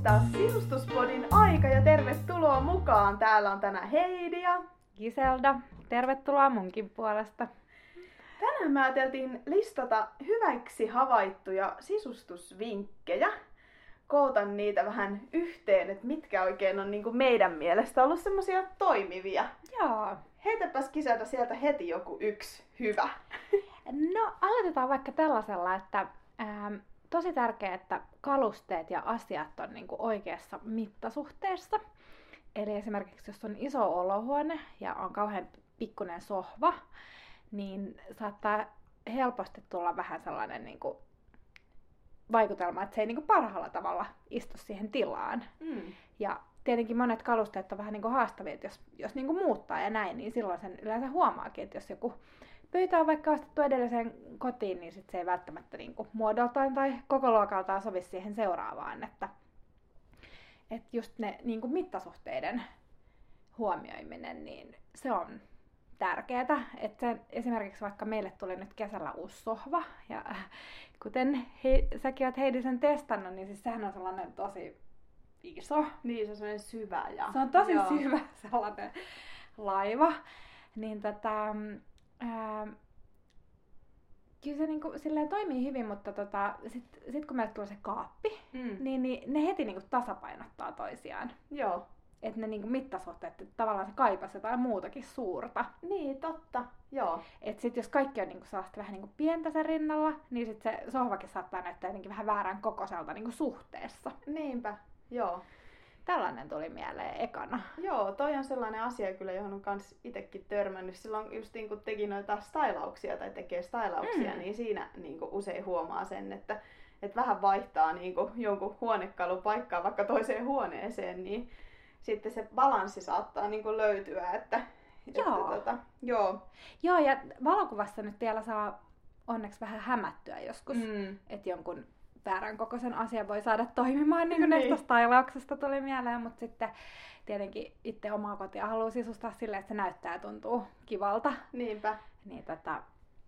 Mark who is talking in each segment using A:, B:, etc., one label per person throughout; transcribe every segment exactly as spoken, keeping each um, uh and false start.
A: taas Sisustuspodin aika ja tervetuloa mukaan. Täällä on tänään Heidi ja
B: Giselda. Tervetuloa munkin puolesta.
A: Tänään me ajateltiin listata hyväksi havaittuja sisustusvinkkejä. Koota niitä vähän yhteen, että mitkä oikein on niin kuin meidän mielestä ollut semmosia toimivia.
B: Joo.
A: Heitäpäs Giselda sieltä heti joku yksi hyvä.
B: No aloitetaan vaikka tällaisella, että ää, tosi tärkeää, että kalusteet ja asiat on niin kuin oikeassa mittasuhteessa. Eli esimerkiksi jos on iso olohuone ja on kauhean pikkuinen sohva, niin saattaa helposti tulla vähän sellainen niin kuin vaikutelma, että se ei niin kuin parhaalla tavalla istu siihen tilaan.
A: Mm.
B: Ja tietenkin monet kalusteet on vähän niin kuin haastavia, että jos, jos niin kuin muuttaa ja näin, niin silloin sen yleensä huomaakin, että jos joku pöytä on vaikka ostettu edelliseen kotiin, niin sit se ei välttämättä niin kuin muodoltaan tai koko luokaltaan sovi siihen seuraavaan. Että, että just ne niin kuin mittasuhteiden huomioiminen, niin se on tärkeää. Että se, esimerkiksi vaikka meille tuli nyt kesällä uusi sohva, ja kuten he, säkin oot Heidi sen testannut, niin siis sehän on sellainen tosi iso.
A: Niin, se on sellainen syvä. Ja...
B: Se on tosi
A: Joo.
B: syvä sellainen laiva. Niin tota, ää, kyllä se niinku, silleen toimii hyvin, mutta tota, sit, sit kun meille tulee se kaappi,
A: Mm.
B: niin, niin ne heti niinku tasapainottaa toisiaan.
A: Joo.
B: Että ne niinku mittasuhteet, että tavallaan se kaipasi jotain muutakin suurta.
A: Niin, totta. Joo.
B: Et sit jos kaikki on niinku sellaista vähän niinku pientä sen rinnalla, niin sit se sohvakin saattaa näyttää jotenkin vähän väärän kokoiselta niinku suhteessa.
A: Niinpä. Joo.
B: Tällainen tuli mieleen ekana.
A: Joo, toi on sellainen asia kyllä, johon on kans itekin törmännyt. Silloin just niin kun teki noita stylauksia tai tekee stylauksia,
B: Mm.
A: niin siinä niin kun usein huomaa sen, että, että vähän vaihtaa niin kun jonkun huonekalun paikkaa vaikka toiseen huoneeseen, niin sitten se balanssi saattaa niin kun löytyä. Että,
B: Joo.
A: Että, tota, joo.
B: Joo, ja valokuvassa nyt vielä saa onneksi vähän hämättyä joskus,
A: Mm.
B: että jonkun väärän kokoisen asian voi saada toimimaan, niin kuin
A: Niin.
B: näistä stylauksesta tuli mieleen, mutta sitten tietenkin itse omaa kotia haluaa sisustaa silleen, että se näyttää ja tuntuu kivalta.
A: Niinpä.
B: Niin tota,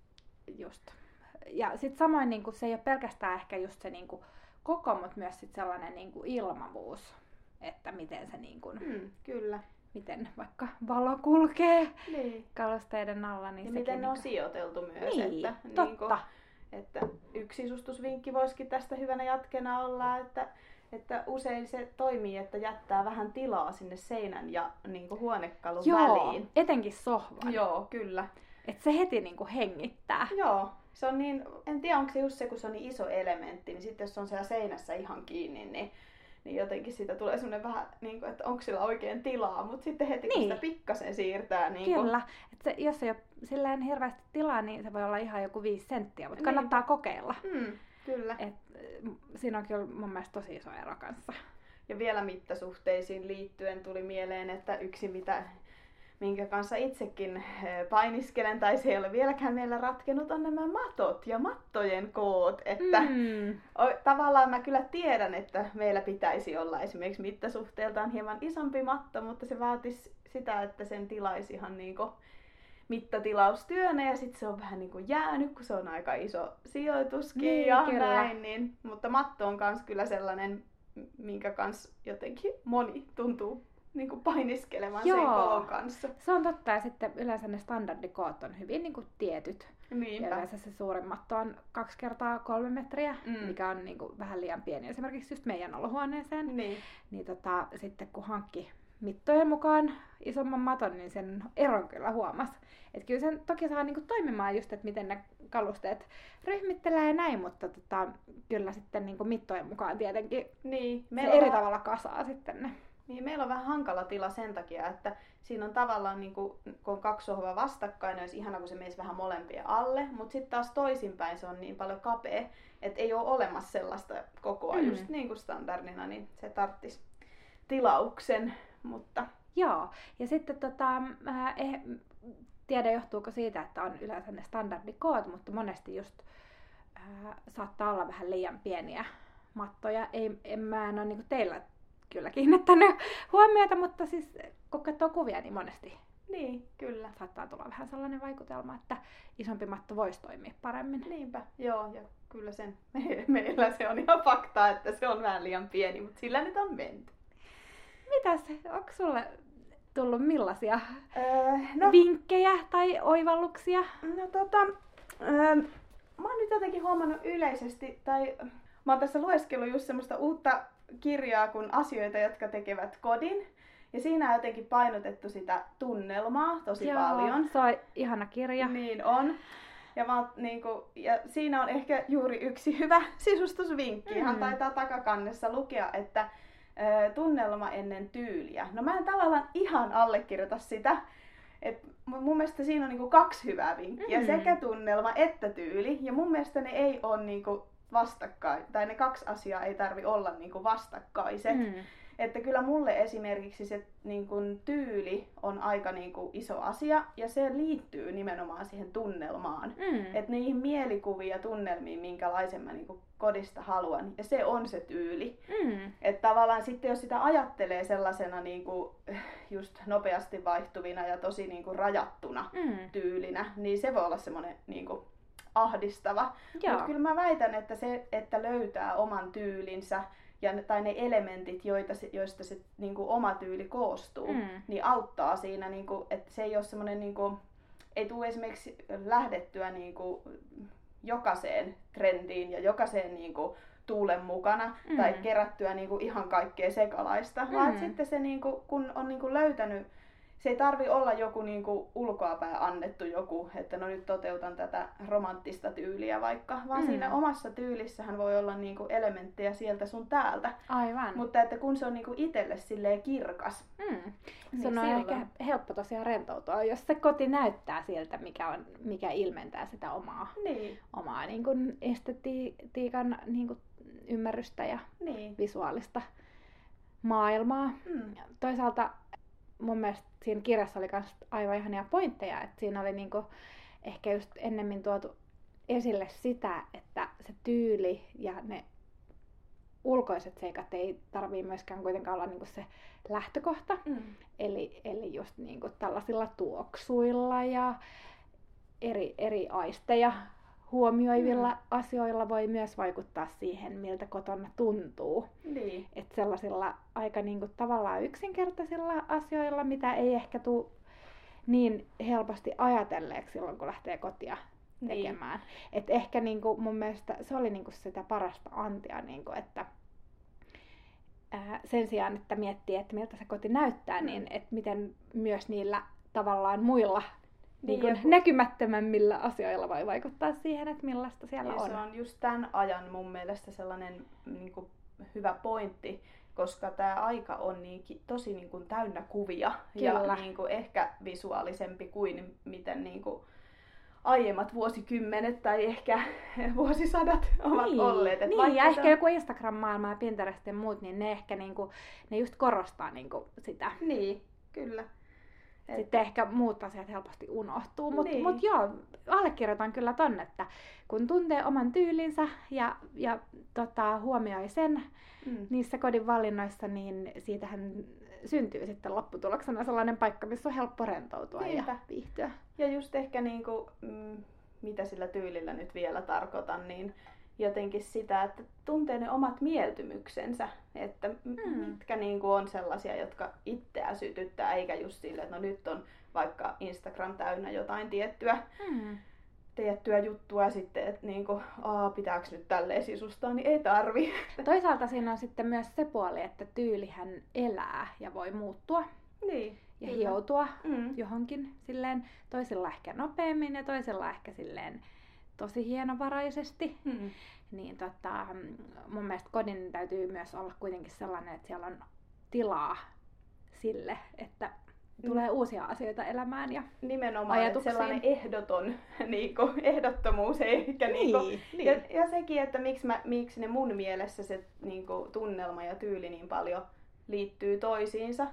B: just. Ja sitten samoin niin kuin, se ei ole pelkästään ehkä just se niin kuin, koko, mutta myös sit sellainen niin kuin, ilmavuus, että miten se niin kuin,
A: Mm, kyllä.
B: miten vaikka valo kulkee
A: Niin.
B: kalusteiden alla. Niin
A: Ja
B: sekin
A: miten ne on
B: niin
A: sijoiteltu myös.
B: Niin,
A: että,
B: totta.
A: Niin kun, että yksi sisustusvinkki voisikin tästä hyvänä jatkena olla, että, että usein se toimii, että jättää vähän tilaa sinne seinän ja niin kuin huonekalun
B: Joo,
A: väliin.
B: etenkin sohvan.
A: Joo, kyllä.
B: Että se heti niinku hengittää.
A: Joo, se on niin, en tiedä onko se just se, kun se on niin iso elementti, niin sitten jos se on siellä seinässä ihan kiinni, niin, niin jotenkin siitä tulee semmoinen vähän, niin kuin, että onko sillä oikein tilaa, mutta sitten heti kun
B: Niin.
A: sitä pikkasen siirtää. Niin kuin,
B: Kyllä. Et se, jos ei ole silleen hirveästi tilaa, niin se voi olla ihan joku viisi senttiä, mutta
A: Niin.
B: kannattaa kokeilla.
A: mm, kyllä.
B: Et, äh, siinä on kyllä mun mielestä tosi iso ero kanssa.
A: Ja vielä mittasuhteisiin liittyen tuli mieleen, että yksi mitä, minkä kanssa itsekin eh, painiskelen, tai se ei ole vieläkään meillä ratkennut, on nämä matot ja mattojen koot. Että
B: Mm.
A: o- tavallaan mä kyllä tiedän, että meillä pitäisi olla esimerkiksi mittasuhteeltaan hieman isompi matto, mutta se vaatisi sitä, että sen tilaisi ihan niinku mittatilaustyönä ja sitten se on vähän niinku jäänyt, kun se on aika iso sijoituskin
B: Niin,
A: ja
B: kyllä.
A: näin. Niin, mutta matto on kans kyllä sellainen, minkä kanssa jotenkin moni tuntuu niinku painiskelevan sen
B: Joo.
A: koon kanssa.
B: Se on totta, ja sitten yleensä ne standardikoot on hyvin niinku tietyt. Ja
A: Niinpä.
B: yleensä se suurin matto on kaksi kertaa kolme metriä,
A: Mm.
B: mikä on niinku vähän liian pieni esimerkiksi just meidän olohuoneeseen.
A: Niin.
B: Niin tota, sitten kun hankki mittojen mukaan isomman maton, niin sen eron kyllä huomasi. Että kyllä sen toki saa niinku toimimaan just, että miten ne kalusteet ryhmittelee ja näin, mutta tota, kyllä sitten niinku mittojen mukaan tietenkin
A: Niin.
B: se
A: Meillä on
B: eri
A: vähän-
B: tavalla kasaa sitten ne.
A: Niin, meillä on vähän hankala tila sen takia, että siinä on tavallaan, niin kuin, kun on kaksi sohvaa vastakkain, niin olisi ihana, kun se menisi vähän molempien alle, mutta sitten taas toisinpäin se on niin paljon kapea, että ei ole olemassa sellaista kokoa
B: Mm.
A: just niin kuin standardina, niin se tarttisi tilauksen, mutta
B: Joo, ja sitten tota, ää, eh, tiedä johtuuko siitä, että on yleensä ne standardikoot, mutta monesti just ää, saattaa olla vähän liian pieniä mattoja. Ei, en mä en ole niin teillä kyllä kiinnittänyt huomiota, mutta siis kun katsoo kuvia, niin monesti
A: Niin, kyllä.
B: Saattaa tulla vähän sellainen vaikutelma, että isompi matto voisi toimia paremmin.
A: Niinpä, joo, ja kyllä sen, me, meillä se on ihan fakta, että se on vähän liian pieni, mutta sillä nyt on menty.
B: Mitäs, onko sulle tullut millaisia
A: öö, no,
B: vinkkejä tai oivalluksia?
A: No tota, öö, mä oon nyt jotenkin huomannut yleisesti, tai mä oon tässä lueskellut just semmoista uutta kirjaa kuin Asioita, jotka tekevät kodin. Ja siinä on jotenkin painotettu sitä tunnelmaa tosi
B: Joo,
A: paljon.
B: Se on ihana kirja.
A: Niin on. Ja, mä, niin kuin, ja siinä on ehkä juuri yksi hyvä sisustusvinkki. Mm. Ihan taitaa takakannessa lukea, että ö, tunnelma ennen tyyliä. No mä en tavallaan ihan allekirjoita sitä. Et mun mielestä siinä on niin kuin kaksi hyvää vinkkiä. Mm. Sekä tunnelma että tyyli. Ja mun mielestä ne ei ole niin kuin vastakkain. Tai ne kaksi asiaa ei tarvi olla niin kuin vastakkaiset. Mm. Että kyllä mulle esimerkiksi se niin kun, tyyli on aika niin kun, iso asia ja se liittyy nimenomaan siihen tunnelmaan. Mm. Että niihin mielikuviin ja tunnelmiin, minkälaisen mä niin kun, kodista haluan. Ja se on se tyyli. Mm. Että tavallaan sitten jos sitä ajattelee sellaisena niin kun, just nopeasti vaihtuvina ja tosi niin kun, rajattuna mm. tyylinä, niin se voi olla semmoinen niin kun, ahdistava. Mutta kyllä mä väitän, että se, että löytää oman tyylinsä, ja, tai ne elementit, joita se, joista se niin kuin, oma tyyli koostuu, mm. niin auttaa siinä, niin kuin, että se ei ole semmoinen, niin kuin, ei tule esimerkiksi lähdettyä niin kuin, jokaiseen trendiin ja jokaiseen niin kuin, tuulen mukana, mm. tai kerättyä niin kuin, ihan kaikkea sekalaista, mm. vaan sitten se, niin kuin, kun on niin kuin, löytänyt, se ei tarvi olla joku niin kuin, ulkoapäin annettu joku, että no nyt toteutan tätä romanttista tyyliä vaikka, vaan mm. siinä omassa tyylissähän voi olla niin kuin, elementtejä sieltä sun täältä.
B: Aivan.
A: Mutta että kun se on niin kuin, itselle silleen kirkas.
B: Mm.
A: Niin
B: se on
A: silloin
B: ehkä helppo tosiaan rentoutua, jos se koti näyttää siltä, mikä, on, mikä ilmentää sitä omaa,
A: niin.
B: omaa niin kuin estetiikan niin kuin, ymmärrystä ja
A: niin.
B: visuaalista maailmaa.
A: Mm.
B: Toisaalta mun mielestä siinä kirjassa oli myös aivan ihania pointteja, että siinä oli niinku ehkä just ennemmin tuotu esille sitä, että se tyyli ja ne ulkoiset seikat ei tarvii myöskään kuitenkaan olla niinku se lähtökohta. Mm. Eli, eli just niinku tällaisilla tuoksuilla ja eri, eri aisteja huomioivilla mm. asioilla voi myös vaikuttaa siihen, miltä kotona tuntuu.
A: Niin.
B: Että sellaisilla aika niinku tavallaan yksinkertaisilla asioilla, mitä ei ehkä tule niin helposti ajatelleeksi silloin, kun lähtee kotia tekemään. Niin. Et ehkä niinku mun mielestä se oli niinku sitä parasta antia, niinku, että ää, sen sijaan, että miettii, että miltä se koti näyttää, mm. niin että miten myös niillä tavallaan muilla Niin niin näkymättömämmillä asioilla voi vaikuttaa siihen, että millaista siellä
A: ja
B: on.
A: Se on just tämän ajan mun mielestä sellainen niin kuin, hyvä pointti, koska tämä aika on niin, tosi niin kuin, täynnä kuvia. Kyllä. Ja niin kuin, ehkä visuaalisempi kuin miten niin kuin, aiemmat vuosikymmenet tai ehkä vuosisadat ovat
B: niin,
A: olleet. Et
B: niin, ja ehkä on joku Instagram-maailma ja Pinterest ja muut, niin ne ehkä niin kuin, ne just korostaa niin kuin, sitä.
A: Niin, kyllä.
B: Sitten ehkä muut asiat helposti unohtuu, mutta
A: niin.
B: mut joo, allekirjoitan kyllä ton, että kun tuntee oman tyylinsä ja, ja tota, huomioi sen mm. niissä kodin valinnoissa, niin siitähän syntyy sitten lopputuloksena sellainen paikka, missä on helppo rentoutua Niinpä. ja viihtyä.
A: Ja just ehkä niinku, mm, mitä sillä tyylillä nyt vielä tarkoitan, niin jotenkin sitä, että tuntee ne omat mieltymyksensä, että mm. mitkä niinku on sellaisia, jotka itseä sytyttää, eikä just sille, että no nyt on vaikka Instagram täynnä jotain tiettyä, mm. tiettyä juttua sitten, että niinku, aa, pitääkö nyt tälleen sisustaa, niin ei tarvi.
B: Toisaalta siinä on sitten myös se puoli, että tyylihän elää ja voi muuttua.
A: Niin.
B: Ja kyllä. hioutua mm. johonkin silleen, toisilla ehkä nopeammin ja toisilla ehkä silleen tosi hienovaraisesti. Mm. Niin tota, mun mielestä kodin täytyy myös olla kuitenkin sellainen, että siellä on tilaa sille, että tulee mm. uusia asioita elämään ja
A: nimenomaan,
B: ajatuksiin.
A: Sellainen ehdoton niinku, ehdottomuus ehkä.
B: Niin,
A: niinku,
B: niin.
A: Ja, ja sekin, että miksi, mä, miksi ne mun mielessä se niinku, tunnelma ja tyyli niin paljon liittyy toisiinsa,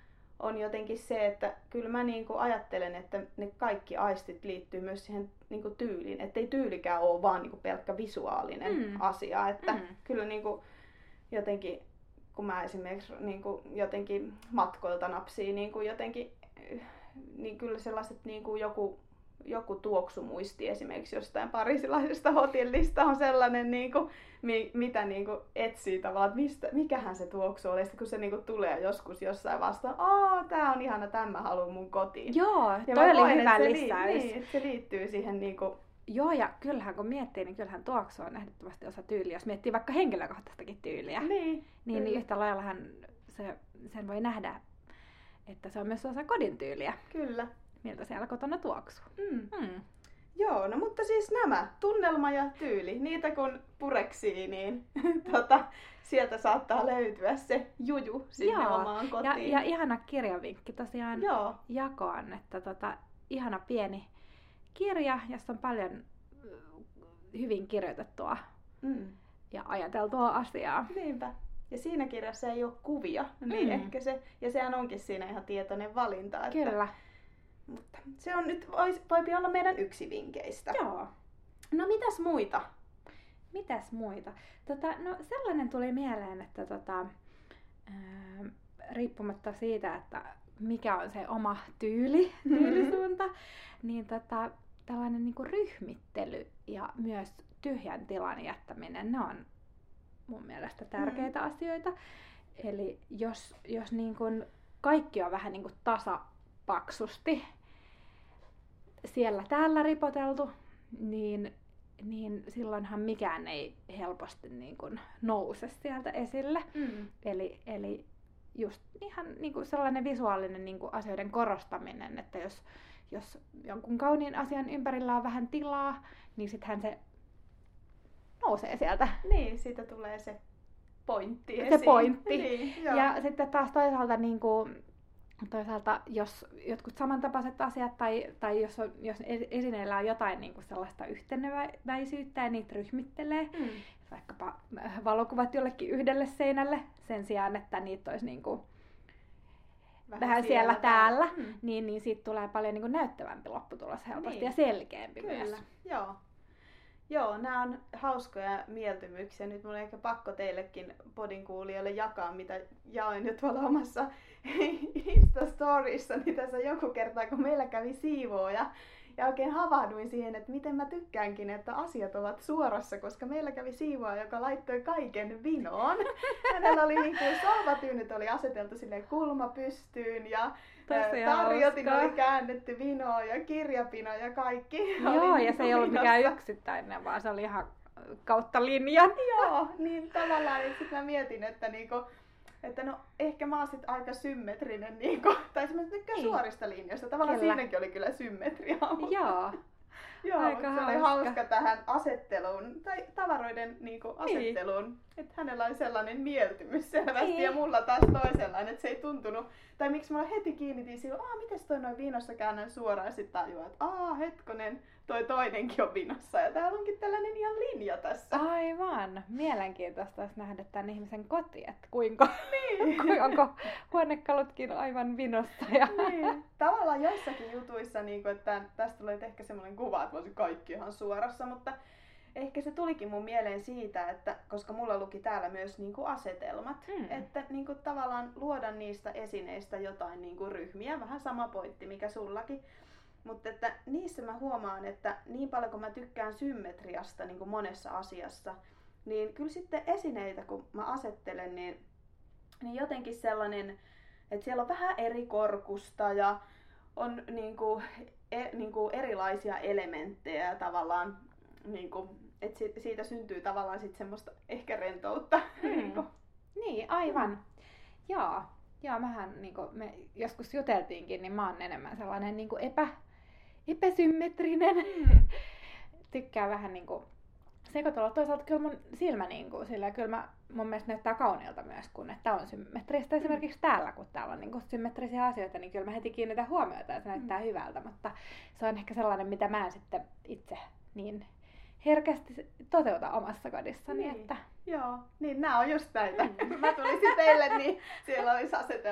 A: on jotenkin se, että kyllä mä niinku ajattelen, että ne kaikki aistit liittyy myös siihen niinku tyyliin. Että ei tyylikään ole vaan niinku pelkkä visuaalinen mm. asia. Että mm. kyllä niinku jotenkin, kun mä esimerkiksi niinku jotenkin matkoilta napsii niinku jotenkin niin kyllä sellaiset niin kuin joku, joku tuoksumuisti esimerkiksi jostain parisilaisesta hotellista on sellainen, niin kuin, mi, mitä niin kuin etsii tavallaan, että mistä, mikähän se tuoksu oli. Sitten kun se niin kuin tulee joskus jossain vastaan, aah, tää on ihana, tämän mä haluan mun kotiin.
B: Joo,
A: ja
B: toi oli
A: koen,
B: hyvä
A: että
B: lisäys.
A: Se, niin, että se liittyy siihen niin kuin...
B: Joo, ja kyllähän kun miettii, niin kyllähän tuoksu on ehdottomasti osa tyyliä. Jos miettii vaikka henkilökohtaistakin tyyliä,
A: niin,
B: niin, niin yhtä laillahan se, sen voi nähdä, että se on myös osa kodin tyyliä.
A: Kyllä.
B: Miltä siellä kotona tuoksuu.
A: Mm.
B: Mm.
A: Joo, no mutta siis nämä, tunnelma ja tyyli, niitä kun pureksii, niin tota, sieltä saattaa löytyä se juju sinne
B: Joo.
A: omaan kotiin.
B: Ja, ja ihana kirjavinkki tosiaan
A: Joo.
B: jakoon, että tota, ihana pieni kirja, jossa on paljon hyvin kirjoitettua
A: Mm.
B: ja ajateltua asiaa.
A: Niinpä. Ja siinä kirjassa ei ole kuvia, niin
B: Mm.
A: ehkä se, ja sehän onkin siinä ihan tietoinen valinta. Että,
B: Kyllä.
A: mutta se on nyt, vois, voi olla meidän yksi vinkkeistä.
B: Joo.
A: No mitäs muita?
B: Mitäs muita? Tota, no sellainen tuli mieleen, että tota, ää, riippumatta siitä, että mikä on se oma tyyli, tyylisuunta, niin tota, tällainen niinku ryhmittely ja myös tyhjän tilan jättäminen, ne on mun mielestä tärkeitä mm. asioita. Eli jos, jos niin kun kaikki on vähän niin kun tasapaksusti siellä täällä ripoteltu, niin, niin silloinhan mikään ei helposti niin kun nouse sieltä esille.
A: Mm.
B: Eli, eli just ihan niin kun sellainen visuaalinen niin kun asioiden korostaminen, että jos, jos jonkun kauniin asian ympärillä on vähän tilaa, niin sittenhän se nousee sieltä.
A: Niin, siitä tulee se pointti
B: Se
A: esiin.
B: pointti.
A: Niin, joo.
B: Ja sitten taas toisaalta, niin kuin, toisaalta jos jotkut samantapaiset asiat tai, tai jos, on, jos esineillä on jotain niin kuin sellaista yhteneväisyyttä ja niitä ryhmittelee,
A: Mm.
B: vaikkapa valokuvat jollekin yhdelle seinälle sen sijaan, että niitä olisi niin kuin vähän, vähän siellä täällä,
A: Mm.
B: niin, niin siitä tulee paljon niin kuin näyttävämpi lopputulos helposti
A: Niin.
B: ja selkeämpi
A: Kyllä,
B: myös.
A: joo. Joo, nämä on hauskoja mieltymyksiä. Nyt mun on ehkä pakko teillekin podin kuulijoille jakaa, mitä jaoin jo tuolla omassa Insta-storissani tässä joku kerta, kun meillä kävi siivooja. Ja oikein havahduin siihen, että miten mä tykkäänkin, että asiat ovat suorassa, koska meillä kävi siivoaja, joka laittoi kaiken vinoon. Hänellä oli niin kuin sohvatyynyt oli aseteltu silleen kulma pystyyn ja
B: Tosi
A: tarjotin
B: hauskaa.
A: oli käännetty vinoon ja kirjapino ja kaikki.
B: Joo,
A: oli
B: ja
A: niin
B: se ei ollut
A: vinossa.
B: mikään yksittäinen, vaan se oli ihan kautta linjan.
A: Joo, niin tavallaan että sit mä mietin, että niinku, että no ehkä mä oon sit aika symmetrinen, niinku, tai mä tykkään
B: Niin.
A: suorista linjoista. Tavallaan
B: Kyllä.
A: siinäkin oli kyllä symmetriaa. Mutta,
B: Joo.
A: joo,
B: aika
A: mutta se oli
B: hauska.
A: hauska tähän asetteluun, tai tavaroiden niinku, asetteluun. Että hänellä oli sellainen mieltymys selvästi
B: Niin.
A: ja mulla taas toisenlainen, että se ei tuntunut. Tai miksi mulla heti kiinnitin silloin, aah, mites toi noin vinossa käännän suoraan ja sit tajuaa, että aah, hetkonen, toi toinenkin on vinossa ja täällä onkin tällainen ihan linja tässä.
B: Aivan. Mielenkiintoista olisi nähdä tämän ihmisen koti, että kuinka,
A: Niin.
B: onko huonekalutkin aivan vinossa. Ja...
A: Niin. Tavallaan joissakin jutuissa, niin kuin, että tästä tulee ehkä semmoinen kuva, että voisi kaikki ihan suorassa, mutta ehkä se tulikin mun mieleen siitä, että koska mulla luki täällä myös niin kuin asetelmat,
B: Mm.
A: että niin kuin, tavallaan luoda niistä esineistä jotain niin kuin ryhmiä, vähän sama pointti mikä sullakin. Mutta että niissä mä huomaan, että niin paljon kun mä tykkään symmetriasta niin kuin monessa asiassa, niin kyllä sitten esineitä kun mä asettelen, niin, niin jotenkin sellainen, että siellä on vähän eri korkusta ja on niin kuin, e, niin kuin erilaisia elementtejä tavallaan, niin kuin, että si, siitä syntyy tavallaan sitten semmoista ehkä rentoutta.
B: Mm. Niin, aivan. Mm. Joo. Joo, mähän niinku, me joskus juteltiinkin, niin mä oon enemmän sellainen niinku epä, epäsymmetrinen.
A: Mm.
B: Tykkään vähän niinku sekoitella. Toisaalta kyllä mun silmä niinku, sillä kyllä mä, mun mielestä näyttää kauniilta myös, kun että on symmetristä. Mm. Esimerkiksi täällä, kun täällä on niinku symmetrisiä asioita, niin kyllä mä heti kiinnitän huomiota, että se näyttää mm. hyvältä. Mutta se on ehkä sellainen, mitä mä en sitten itse niin herkästi toteuta omassa kodissani.
A: Niin.
B: Että...
A: Joo, niin nämä on just näitä. Mä tulisin teille, niin siellä olisi asetelmat.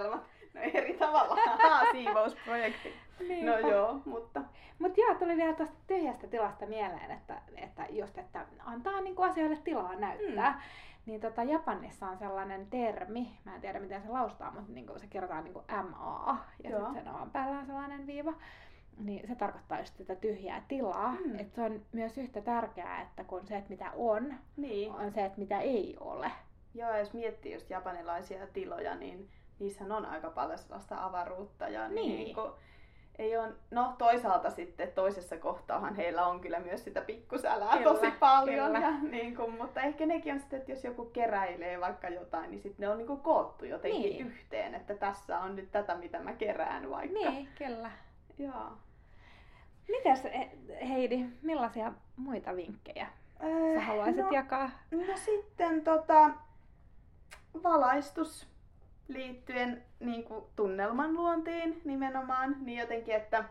A: No eri tavalla. Siivousprojekti.
B: Niinpä.
A: No joo, mutta...
B: Mut joo, tuli vielä tuosta tyhjästä tilasta mieleen, että, että just, että antaa niinku asioille tilaa näyttää. Mm. Niin tota, Japanissa on sellainen termi, mä en tiedä miten se laustaa, mutta niinku se kirjoitetaan niinku M A ja sitten sen A päällä on sellainen viiva. Niin se tarkoittaa just sitä tyhjää tilaa. Mm. Että se on myös yhtä tärkeää, että kun se, että mitä on, niin. on se, että mitä ei ole.
A: Joo, jos miettii just japanilaisia tiloja, niin niissähän on aika paljon sellaista avaruutta. Ja niin. Niin, niin kuin, ei on, no toisaalta sitten toisessa kohtaahan heillä on kyllä myös sitä pikkusälää kyllä, tosi paljon. Ja, niin kuin, mutta ehkä nekin on sitten, että jos joku keräilee vaikka jotain, niin sitten ne on niin kuin koottu jotenkin niin. yhteen, että tässä on nyt tätä, mitä mä kerään vaikka.
B: Niin, kyllä.
A: Joo.
B: Mitäs Heidi, millaisia muita vinkkejä äh, sä haluaisit
A: no,
B: jakaa?
A: No sitten tota, valaistus liittyen niin kuin tunnelman luontiin nimenomaan, niin jotenkin, että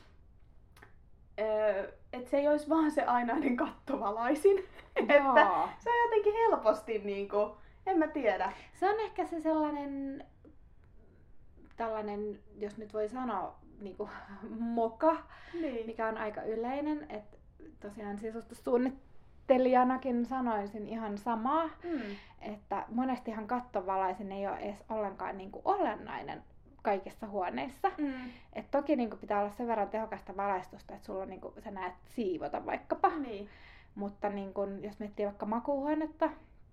A: öö, et se ei olisi vaan se ainainen kattovalaisin. Että se on jotenkin helposti, niin kuin, en mä tiedä.
B: Se on ehkä se sellainen, tällainen, jos nyt voi sanoa, niin kuin moka, niin. mikä on aika yleinen. Että tosiaan sisustussuunnittelijanakin sanoisin ihan samaa, mm. että monestihan kattovalaisin ei ole edes ollenkaan niin kuin olennainen kaikissa huoneissa. Mm. Et toki niin kuin pitää olla sen verran tehokasta valaistusta, että sulla on, niin kuin, sä näet siivota vaikkapa.
A: Niin.
B: Mutta niin kuin, jos miettii vaikka makuuhuonetta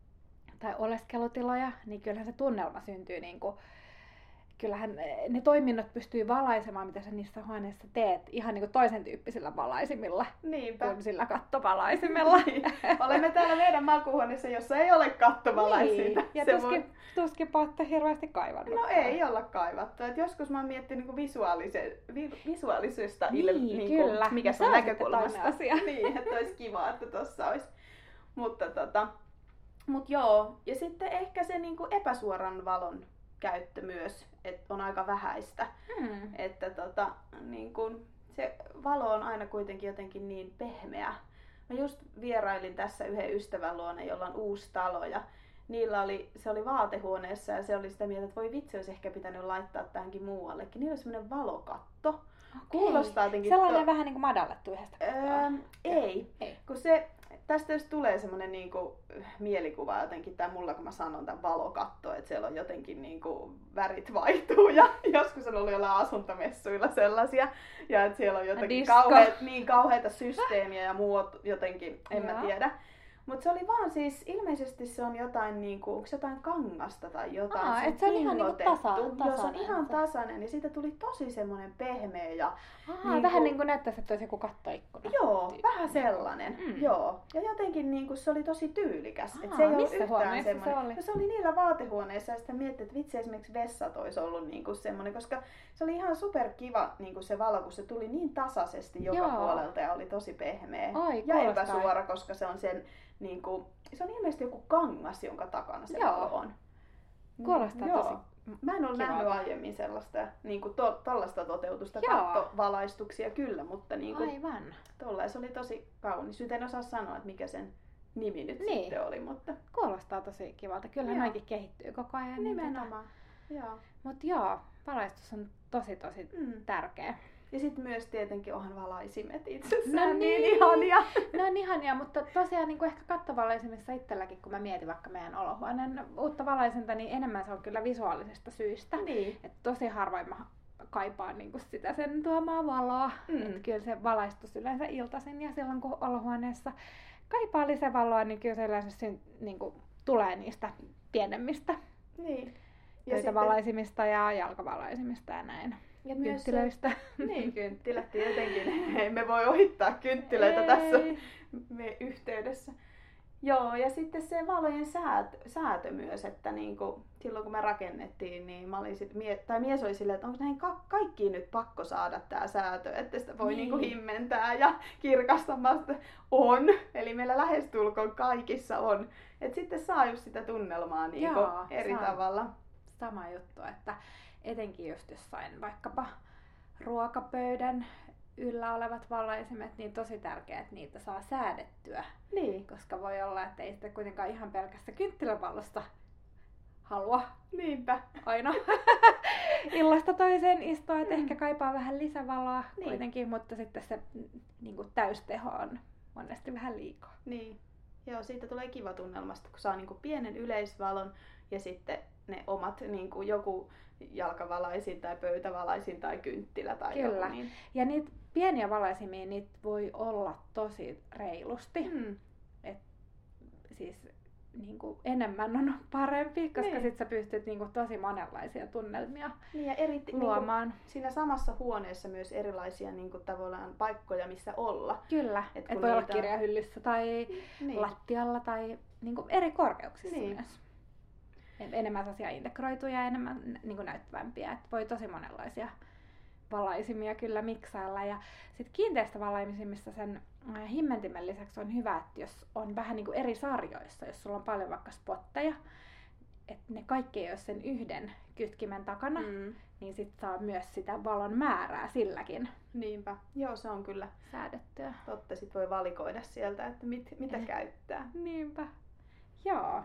B: tai oleskelutiloja, niin kyllähän se tunnelma syntyy niin kuin, kyllähän ne toiminnot pystyy valaisemaan, mitä sä niissä huoneissa teet, ihan niin kuin toisen tyyppisillä valaisimilla
A: Niinpä.
B: kuin sillä kattovalaisimella.
A: Niin. Olemme täällä meidän makuuhuoneessa, jossa ei ole kattovalaisinta.
B: Niin. Ja tuskin, voi... tuskinpa olette hirveästi kaivannut.
A: No ei olla kaivattu. Et joskus mä oon miettinyt niin visuaalise... vi... visuaalisesta
B: niin,
A: il... niin kuin,
B: kyllä.
A: mikä se on näkökulmasta.
B: Asia.
A: Niin, että olisi kiva, että tossa olisi. Mutta tota... Mut joo. Ja sitten ehkä se niin kuin epäsuoran valon käyttö myös, että on aika vähäistä. Mm. Että tota, niin kun, se valo on aina kuitenkin jotenkin niin pehmeä. Mä just vierailin tässä yhden ystävän luona, jolla on uusi talo ja niillä oli, se oli vaatehuoneessa ja se oli sitä mieltä, että voi vitsi, olisi ehkä pitänyt laittaa tähänkin muuallekin. Niillä oli semmoinen valokatto.
B: Okei.
A: Kuulostaa jotenkin...
B: Sellainen to... vähän niin kuin madallettu yhdestä
A: öö, ei. ei. Kun se, tästä jos tulee semmoinen niinku mielikuva jotenkin, tai mulla kun mä sanon tämän valokatto, että siellä on jotenkin niinku värit vaihtuu ja joskus on ollut jollain asuntomessuilla sellaisia ja että siellä on jotenkin kauheat, niin kauheita systeemiä ja muut jotenkin, en ja. mä tiedä. Mutta se oli vaan siis, ilmeisesti se on jotain niinku, onko jotain kangasta tai jotain.
B: Aa, et se on ihan niinku tasa, tasainen.
A: Joo, se on ihan tasainen ja siitä tuli tosi semmoinen pehmeä ja...
B: Aa, niinku, vähän niinku näyttäisi, että olisi joku kattoikkuna.
A: Joo, tyyppi. Vähän sellainen. Mm. Joo. Ja jotenkin niinku se oli tosi tyylikäs.
B: Aa,
A: et se ei ollut
B: missä
A: yhtään semmoinen.
B: se oli?
A: No, se oli niillä vaatehuoneissa ja sitten miettii, että vitsi esimerkiksi vessat olisi ollut niinku semmoinen, koska se oli ihan superkiva niinku se valo, kun se tuli niin tasaisesti joka Joo. puolelta ja oli tosi pehmeä.
B: Oi,
A: ja epäsuora, koska se on sen niinku, se on ilmeisesti joku kangas, jonka takana se valo on.
B: Kuulostaa
A: Joo.
B: tosi
A: Mä en ole kivalta. nähnyt aiemmin sellaista niinku to, tollaista toteutusta, kattovalaistuksia kyllä, mutta niinku
B: aivan.
A: Tolla se oli tosi kaunis. Nyt en osaa sanoa, että mikä sen nimi nyt
B: niin.
A: sitten oli, mutta
B: kuulostaa tosi kivalta. Kyllä noikin kehittyy koko ajan.
A: Nimenomaan.
B: Niin tota... Mutta joo, valaistus on tosi tosi mm. tärkeä.
A: Ja sitten myös tietenkin onhan valaisimet itsessään
B: no
A: niin, niin ihania.
B: Ne on ihania, mutta tosiaan niin kuin ehkä kattovalaisimissa itselläkin, kun mä mietin vaikka meidän olohuoneen uutta valaisinta, niin enemmän se on kyllä visuaalisesta syystä.
A: Niin.
B: Et tosi harvoin mä kaipaan niin kuin sitä sen tuomaa valoa. Mm. Et kyllä se valaistus yleensä iltaisin ja silloin kun olohuoneessa kaipaa lisävaloa, niin kyllä se yleensä niin kuin tulee niistä pienemmistä
A: niin.
B: pöytävalaisimista ja jalkavalaisimista ja näin. Ja kynttilöistä.
A: Se, niin, kynttilät tietenkin. Emme voi ohittaa kynttilöitä Ei. tässä me yhteydessä. Joo, ja sitten se valojen säätö, säätö myös, että niinku, silloin kun me rakennettiin, niin mä olin sit, mie, tai mies oli silleen, että onko näihin ka- kaikkiin nyt pakko saada tää säätö, että sitä voi niin. niinku himmentää ja kirkastamasta on. Eli meillä lähestulkoon kaikissa on. Et sitten saa just sitä tunnelmaa niinku Joo, eri saa. tavalla.
B: Sama juttu, että etenkin just jossain vaikkapa ruokapöydän yllä olevat valaisimet, niin tosi tärkeää, että niitä saa säädettyä.
A: Niin.
B: Koska voi olla, että ei sitä kuitenkaan ihan pelkästä kynttilävalosta halua
A: Niinpä.
B: aina illasta toiseen istua, että
A: Mm.
B: ehkä kaipaa vähän lisävaloa
A: Niin.
B: kuitenkin, mutta sitten se niin kuin täysteho on monesti vähän liikaa.
A: Niin. Joo, siitä tulee kiva tunnelmasta, kun saa niinku pienen yleisvalon ja sitten ne omat niinku joku jalkavalaisin tai pöytävalaisin tai kynttilä tai
B: Kyllä.
A: joku. Niin.
B: Ja niitä pieniä valaisimia, niitä voi olla tosi reilusti.
A: Mm.
B: Et, siis niin kuin enemmän on parempi, koska
A: Niin.
B: sit sä pystyt niin kuin tosi monenlaisia tunnelmia
A: Niin ja eri,
B: luomaan.
A: niinku, siinä samassa huoneessa myös erilaisia niinku, tavallaan paikkoja, missä olla.
B: Kyllä,
A: Et
B: että
A: kun
B: voi olla
A: niitä-
B: kirjahyllyssä tai
A: Niin.
B: lattialla tai niin kuin eri korkeuksissa
A: Niin.
B: myös. En- Enemmän sellaisia integroituja ja enemmän niin kuin näyttävämpiä. Et voi tosi monenlaisia valaisimia kyllä miksailla. Ja sitten kiinteistä valaisimissa sen ää, himmentimen lisäksi on hyvä, että jos on vähän niin kuin eri sarjoissa, jos sulla on paljon vaikka spotteja, että ne kaikki ei ole sen yhden kytkimen takana,
A: Mm.
B: niin sit saa myös sitä valon määrää silläkin
A: Niinpä. Joo, se on kyllä
B: säädettyä.
A: totta. Sit voi valikoida sieltä, että mit, mitä
B: Eh.
A: käyttää.
B: Niinpä. Joo.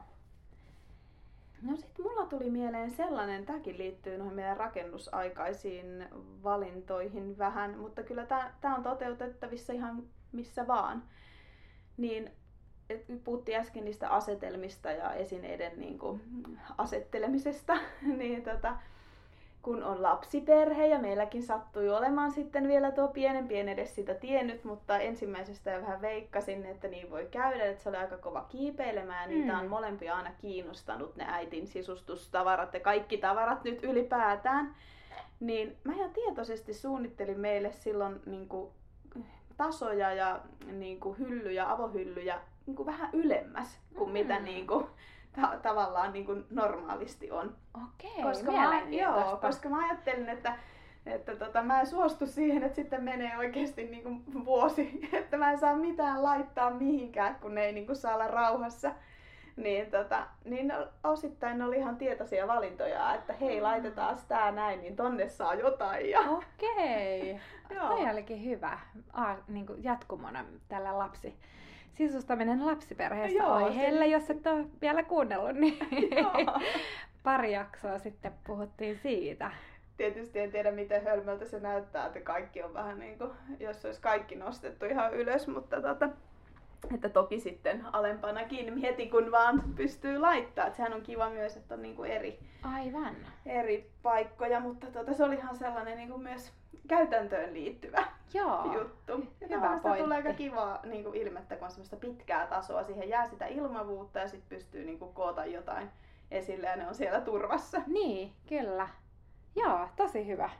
A: No sit mulla tuli mieleen sellainen, tämäkin liittyy noihin meidän rakennusaikaisiin valintoihin vähän, mutta kyllä tää, tää on toteutettavissa ihan missä vaan. Niin, et puhuttiin äsken niistä asetelmista ja esineiden niin kuin, asettelemisesta, niin tota, kun on lapsiperhe ja meilläkin sattui olemaan sitten vielä tuo pienempi, en edes sitä tiennyt, mutta ensimmäisestä jo vähän veikkasin, että niin voi käydä, että se oli aika kova kiipeilemään. Niitä
B: Mm.
A: on molempia aina kiinnostanut, ne äitin sisustustavarat ja kaikki tavarat nyt ylipäätään. Niin mä ihan tietoisesti suunnittelin meille silloin niin kuin, tasoja ja niin kuin, hyllyjä, avohyllyjä niin kuin, vähän ylemmäs kuin
B: Mm.
A: mitä niin kuin, ta- tavallaan niin kuin, normaalisti on.
B: Okei,
A: Koska mä,
B: mielenkiintoista.
A: joo, koska mä ajattelin, että, että tota, mä en suostu siihen, että sitten menee oikeasti niin kuin vuosi, että mä en saa mitään laittaa mihinkään, kun ne ei niin kuin saa olla rauhassa. Niin, tota, niin osittain ne oli ihan tietoisia valintoja, että hei, laitetaan tää näin, niin tonne saa jotain. Ja...
B: Okei.
A: Joo.
B: Toi olikin hyvä A, niin kuin jatkumona tällä lapsi. Sisustaminen lapsiperheessä
A: Joo,
B: aiheelle,
A: se-
B: jos et ole vielä kuunnellut, niin
A: Joo.
B: pari jaksoa sitten puhuttiin siitä.
A: Tietysti en tiedä, miten hölmöltä se näyttää, että kaikki on vähän niin kuin, jos olisi kaikki nostettu ihan ylös, mutta tota, että toki sitten alempanakin heti kun vaan pystyy laittaa. Että sehän on kiva myös, että on niin kuin eri,
B: Aivan.
A: eri paikkoja, mutta tota, se oli ihan sellainen niin kuin myös käytäntöön liittyvä
B: Joo.
A: juttu. Ja
B: Hyvä
A: tavallaan sitä
B: pointti.
A: tulee aika kivaa niin kuin ilmettä, kun on semmoista pitkää tasoa. Siihen jää sitä ilmavuutta ja sitten pystyy niin kuin koota jotain esille ja ne on siellä turvassa.
B: Niin, kyllä. Joo, tosi hyvä.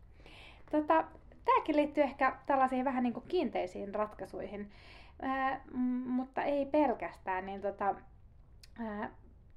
B: Tota, tämäkin liittyy ehkä tällaisiin vähän niin kuin kiinteisiin ratkaisuihin, ää, m- mutta ei pelkästään. Niin tota, ää,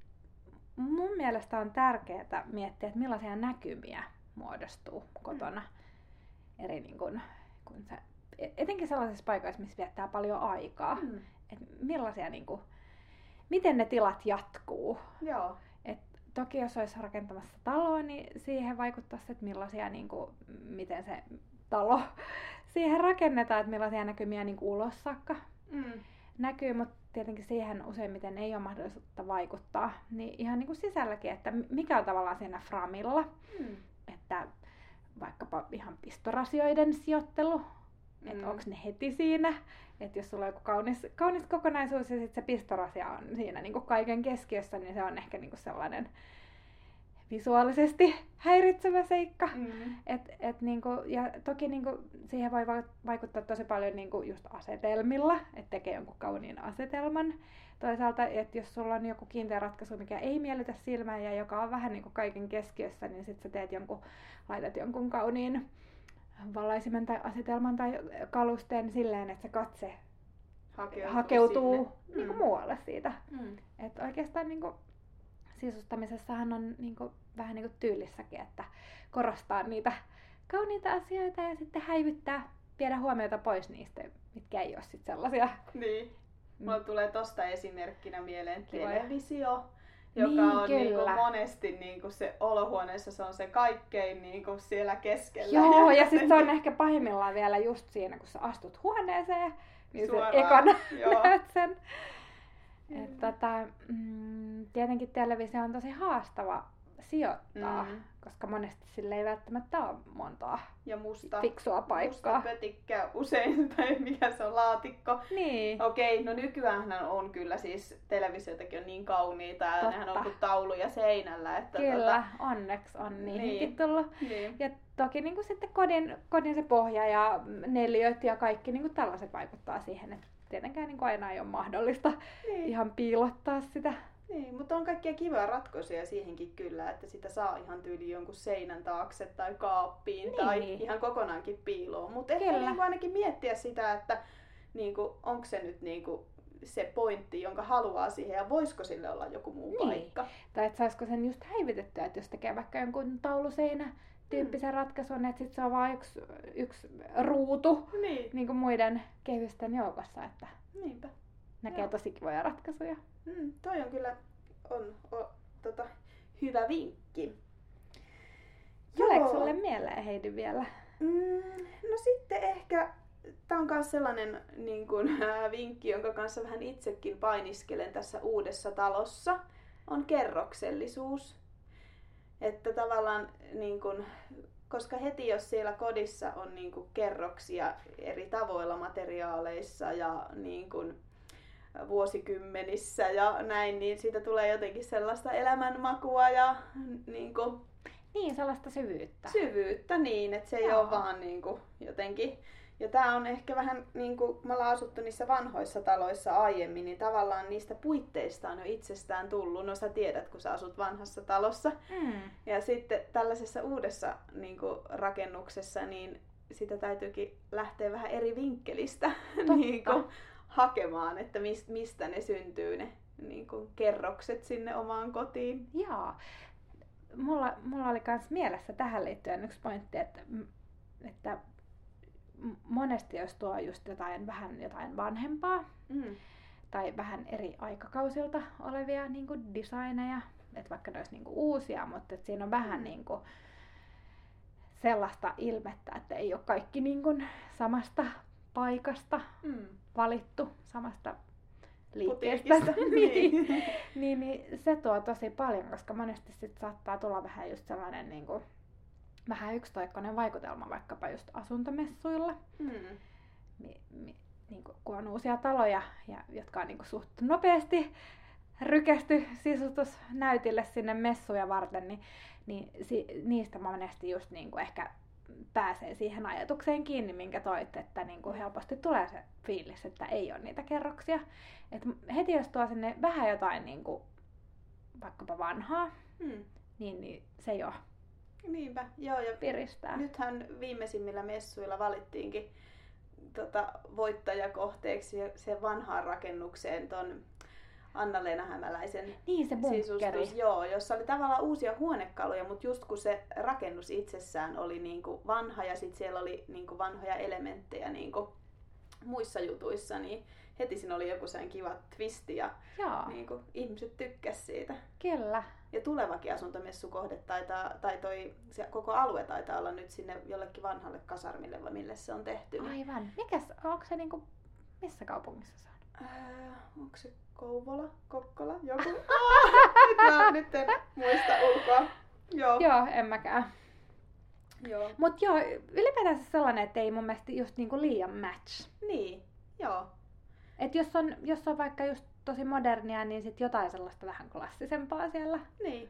B: mun mielestä on tärkeää miettiä, että millaisia näkymiä muodostuu kotona. Eri niin kuin, kun sä, etenkin sellaisissa paikoissa, missä viettää paljon aikaa.
A: Mm.
B: Et millaisia, niin kuin, miten ne tilat jatkuu.
A: Joo.
B: Et toki jos olisi rakentamassa taloa, niin siihen vaikuttaisi, että millaisia, niin kuin, miten se talo siihen rakennetaan, että millaisia näkymiä niin kuin ulos saakka
A: Mm.
B: näkyy, mutta tietenkin siihen useimmiten ei ole mahdollisuutta vaikuttaa. Niin ihan niin kuin sisälläkin, että mikä on tavallaan siinä framilla,
A: Mm.
B: että vaikkapa ihan pistorasioiden sijoittelu,
A: Mm.
B: että onko ne heti siinä, että jos sulla on joku kaunis, kaunis kokonaisuus ja sitten se pistorasia on siinä niin kuin kaiken keskiössä, niin se on ehkä niin kuin sellainen visuaalisesti häiritsevä seikka.
A: Mm.
B: Et, et niinku, ja toki niinku, siihen voi va- vaikuttaa tosi paljon niinku just asetelmilla, että tekee jonkun kauniin asetelman. Toisaalta, että jos sulla on joku kiinteä ratkaisu, mikä ei miellytä silmään ja joka on vähän niinku kaiken keskiössä, niin sit sä teet jonkun, laitat jonkun kauniin valaisimen tai asetelman tai kalusteen silleen, että se katse
A: Hakeutuu,
B: hakeutuu
A: sinne.
B: niinku
A: Mm.
B: muualle siitä.
A: Mm.
B: Että oikeastaan niinku sisustamisessahan on niinku, vähän niinku tyylissäkin, että korostaa niitä kauniita asioita ja sitten häivyttää, viedä huomiota pois niistä, mitkä ei ole sit sellaisia.
A: Niin. Mulla tulee tosta esimerkkinä mieleen
B: Kiva.
A: televisio, joka
B: Niin,
A: on niinku
B: kyllä.
A: monesti niinku se olohuoneessa, se on se kaikkein niinku siellä keskellä.
B: Joo, ja sitten se on ehkä pahimmillaan vielä just siinä, kun sä astut huoneeseen, niin
A: Suoraan,
B: sä ekana
A: joo.
B: näet sen. Et tota, mm, tietenkin televisio on tosi haastava sijoittaa, mm. koska monesti sille ei välttämättä ole montaa
A: ja musta,
B: fiksua paikkaa.
A: Musta pötikkä usein, tai mikä se on, laatikko.
B: Niin.
A: Okei, no nykyään on kyllä siis, televisioitakin on niin kauniita, ja
B: Totta.
A: nehän on kuin tauluja seinällä. Että
B: kyllä,
A: tota...
B: onneksi on niihinkin
A: niin.
B: tullut.
A: Niin.
B: Ja toki niin kuin sitten kodin, kodin se pohja ja neliöt ja kaikki niin kuin tällaiset vaikuttaa siihen, että tietenkään niin kuin aina ei ole mahdollista niin. ihan piilottaa sitä.
A: Niin, mutta on kaikkia kivoja ratkaisuja siihenkin kyllä, että sitä saa ihan tyyliin jonkun seinän taakse tai kaappiin niin. tai ihan kokonaankin piiloon. Mutta ehkä niinku ainakin miettiä sitä, että niinku, onko se nyt niinku se pointti, jonka haluaa siihen ja voisiko sille olla joku muu
B: niin.
A: paikka.
B: Tai että saisiko sen just häivitettyä, että jos tekee vaikka jonkun tauluseinä tyyppisen mm. ratkaisun, että sit se on vain yksi, yksi ruutu
A: niin.
B: Niin kuin muiden kehysten joukossa. Että
A: niinpä.
B: Näkee Joo. tosi kivoja ratkaisuja.
A: Mm, toi on kyllä on, on, tota, hyvä vinkki.
B: Tuleeko sulle mieleen, Heidi, vielä?
A: Mm, no sitten ehkä, tää on myös sellainen niin kun, äh, vinkki, jonka kanssa vähän itsekin painiskelen tässä uudessa talossa, on kerroksellisuus. Että tavallaan, niin kun, koska heti jos siellä kodissa on niin kun, kerroksia eri tavoilla materiaaleissa ja niin kun, vuosikymmenissä ja näin, niin siitä tulee jotenkin sellaista elämänmakua ja niin kuin,
B: niin, sellaista syvyyttä.
A: Syvyyttä, niin, että se ei Joo. ole vaan niin kuin, jotenkin. Ja tää on ehkä vähän, niin kuin me ollaan asuttu niissä vanhoissa taloissa aiemmin, niin tavallaan niistä puitteista on jo itsestään tullut. No sä tiedät, kun sä asut vanhassa talossa.
B: Mm.
A: Ja sitten tällaisessa uudessa niin kuin, rakennuksessa, niin sitä täytyykin lähteä vähän eri vinkkelistä. niin kuin, hakemaan, että mistä ne syntyy ne niin kuin kerrokset sinne omaan kotiin.
B: Joo. Mulla, mulla oli myös mielessä tähän liittyen yksi pointti, että, että monesti jos tuo just jotain vähän jotain vanhempaa mm. tai vähän eri aikakausilta olevia niin kuin designeja, että vaikka ne olisi niin kuin uusia, mutta että siinä on vähän mm. niin kuin sellaista ilmettä, että ei ole kaikki niin kuin samasta paikasta mm. valittu, samasta liikkeestä. niin. niin, niin se tuo tosi paljon, koska monesti sit saattaa tulla vähän just sellainen niin kuin, vähän yksitoikkoinen vaikutelma vaikkapa just asuntomessuilla. Mm. Mi, mi, niin kuin, kun on uusia taloja, ja, jotka on niin kuin, suht nopeasti rykästy sisustusnäytille sinne messuja varten, niin, niin si, niistä monesti just niin kuin, ehkä pääsee siihen ajatukseen kiinni, minkä toit, että niin kuin helposti tulee se fiilis, että ei ole niitä kerroksia. Et heti jos tuo sinne vähän jotain niin kuin, vaikkapa vanhaa, hmm. niin, niin se jo
A: Niinpä, joo, ja
B: piristää.
A: Nythän viimeisimmillä messuilla valittiinkin tota, voittajakohteeksi se vanhaan rakennukseen ton Anna-Leena Hämäläisen
B: niin, se
A: sisustus, joo, jossa oli tavallaan uusia huonekaluja, mutta just kun se rakennus itsessään oli niinku vanha ja sitten siellä oli niinku vanhoja elementtejä niinku muissa jutuissa, niin heti siinä oli joku sen kiva twisti ja niinku, ihmiset tykkäs siitä.
B: Kyllä.
A: Ja tulevakin asuntomessukohde taitaa, tai toi se koko alue taitaa olla nyt sinne jollekin vanhalle kasarmille, vai mille se on tehty.
B: Aivan. Mikäs, onko se niinku, missä kaupungissa se on?
A: Äh, onko se Kouvola, Kokkola, joku? Ah, nyt, mä, nyt en muista ulkoa. Joo.
B: Joo, en mäkään.
A: Joo.
B: Mut joo, ylipäätään sellainen, että ei mun mielestä just niinku liian match.
A: Niin, joo.
B: Et jos on, jos on vaikka just tosi modernia, niin sit jotain sellaista vähän klassisempaa siellä.
A: Niin.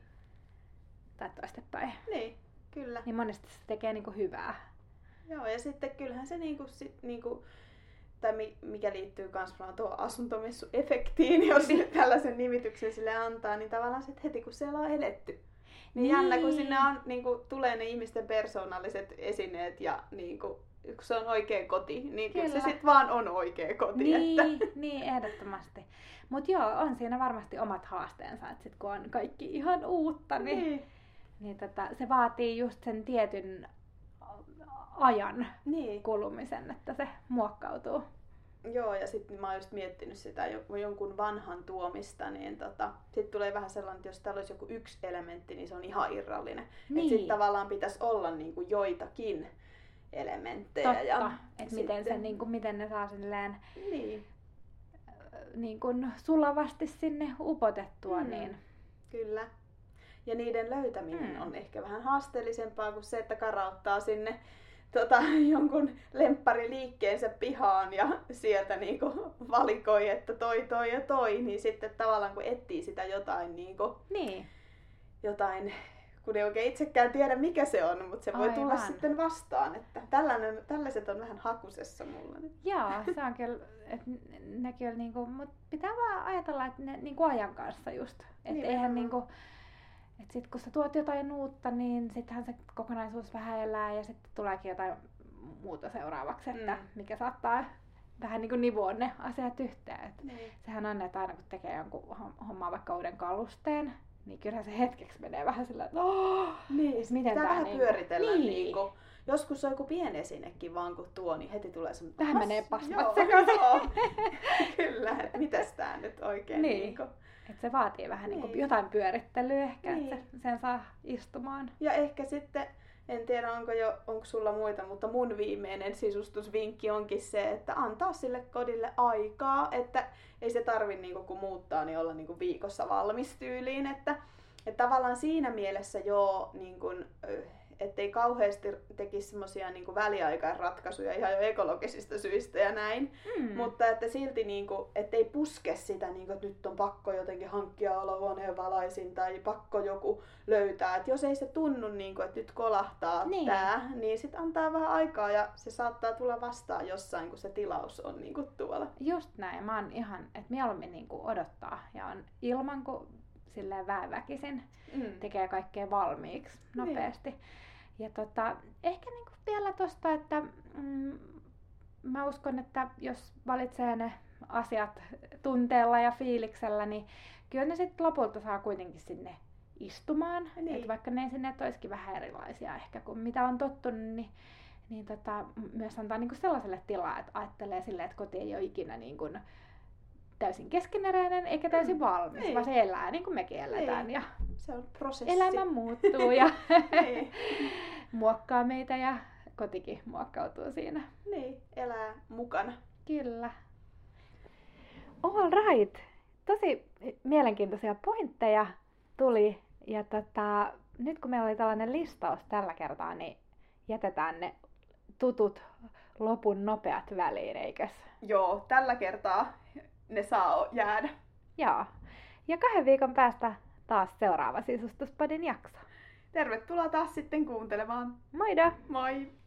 B: Tai toistepäin.
A: Niin, kyllä.
B: Niin monesti se tekee niinku hyvää.
A: Joo, ja sitten kyllähän se niinku, sit, niinku tai mikä liittyy myös tuohon asuntomessuefektiin, jos tällaisen nimityksen sille antaa, niin tavallaan sit heti kun siellä on eletty. Niin, niin. jännä, kun sinne on, niin kun tulee ne ihmisten persoonalliset esineet ja niin kun, kun se on oikea koti, niin kyllä se sitten vaan on oikea koti.
B: Niin,
A: että.
B: niin ehdottomasti. Mutta joo, on siinä varmasti omat haasteensa, että sit kun on kaikki ihan uutta, niin, niin. niin tota, se vaatii just sen tietyn ajan niin. kulumisen, että se muokkautuu.
A: Joo, ja sitten mä oon just miettinyt sitä jonkun vanhan tuomista, niin tota, sitten tulee vähän sellainen, että jos täällä olisi joku yksi elementti, niin se on ihan irrallinen. Niin. Että sitten tavallaan pitäisi olla niinku joitakin elementtejä.
B: Totta, että miten, se, niinku, miten ne saa silleen
A: niin.
B: niin kun sulavasti sinne upotettua.
A: Mm.
B: Niin...
A: Kyllä. Ja niiden löytäminen
B: Mm.
A: on ehkä vähän haasteellisempaa kuin se, että karauttaa sinne tota, jonkun lemppariliikkeensä pihaan ja sieltä niinku valikoi, että toi, toi ja toi. Niin sitten tavallaan kun etsii sitä jotain, niinku,
B: Niin.
A: jotain kun ei oikein itsekään tiedä mikä se on, mutta se voi
B: Aivan.
A: tulla sitten vastaan. Että tällainen, tällaiset on vähän hakusessa mulla nyt.
B: Joo, se on kyllä, että ne kyllä niinku, mut pitää vaan ajatella, että ne niinku ajan kanssa just. Että eihän niinku, että sit kun sä tuot jotain uutta, niin sittenhän se kokonaisuus vähän elää ja sitten tuleekin jotain muuta seuraavaksi, että
A: Mm.
B: mikä saattaa vähän niinku nivoa ne asiat yhteen. Et
A: Niin.
B: sehän on, että aina kun tekee jonkun hommaa vaikka uuden kalusteen, niin kyllähän se hetkeksi menee vähän sillä, että oh,
A: Niin,
B: miten
A: pitää
B: tää
A: vähän
B: niinku-
A: pyöritellä.
B: Niin.
A: Niinku, joskus on joku pieni esinekin vaan kun tuo, niin heti tulee semmoinen,
B: Tähän menee pasmat
A: joo,
B: sekaisin.
A: joo. Kyllä, että mitäs tää nyt oikein
B: Niin.
A: niinku.
B: että se vaatii vähän niinku
A: Niin.
B: jotain pyörittelyä ehkä,
A: Niin.
B: että se- sen saa istumaan.
A: Ja ehkä sitten, en tiedä onko jo, onko sulla muita, mutta mun viimeinen sisustusvinkki onkin se, että antaa sille kodille aikaa, että ei se tarvi niinku kun muuttaa, niin olla niinku viikossa valmis tyyliin, että, että tavallaan siinä mielessä joo, niin kun, ettei kauheasti tekisi semmosia niinku väliaikaisratkaisuja ihan jo ekologisista syistä ja näin,
B: Mm.
A: mutta että silti niinku, ettei puske sitä, niinku, että nyt on pakko jotenkin hankkia olohuoneen valaisin tai pakko joku löytää. Et jos ei se tunnu, niinku, että nyt kolahtaa
B: Niin.
A: tää, niin sit antaa vähän aikaa ja se saattaa tulla vastaan jossain, kun se tilaus on niinku tuolla.
B: Just näin. Mä oon ihan, että mieluummin niinku odottaa ja on ilman kuin silleen väenväkisin
A: Mm.
B: tekee kaikkea valmiiksi
A: Niin.
B: nopeasti. Ja tota, ehkä niinku vielä tosta, että mm, mä uskon, että jos valitsee ne asiat tunteella ja fiiliksellä, niin kyllä ne sitten lopulta saa kuitenkin sinne istumaan.
A: Niin.
B: Et vaikka ne sinne olisikin vähän erilaisia ehkä kuin mitä on tottunut, niin, niin tota, myös antaa niinku sellaiselle tilaa, että ajattelee silleen, että koti ei ole ikinä niinku täysin keskeneräinen eikä täysin
A: Mm.
B: valmis,
A: Niin.
B: vaan se elää niin kuin mekin eletään.
A: Niin.
B: Ja
A: Se on prosessi.
B: elämä muuttuu ja
A: Niin.
B: muokkaa meitä ja kotikin muokkautuu siinä.
A: Niin, elää mukana.
B: Kyllä. All right. Tosi mielenkiintoisia pointteja tuli. Ja tota, nyt kun meillä oli tällainen listaus tällä kertaa, niin jätetään ne tutut lopun nopeat väliin, eikös?
A: Joo, tällä kertaa ne saa jäädä.
B: Joo. Ja kahden viikon päästä taas seuraava Sisustuspodin jakso.
A: Tervetuloa taas sitten kuuntelemaan.
B: Moido!
A: Moi!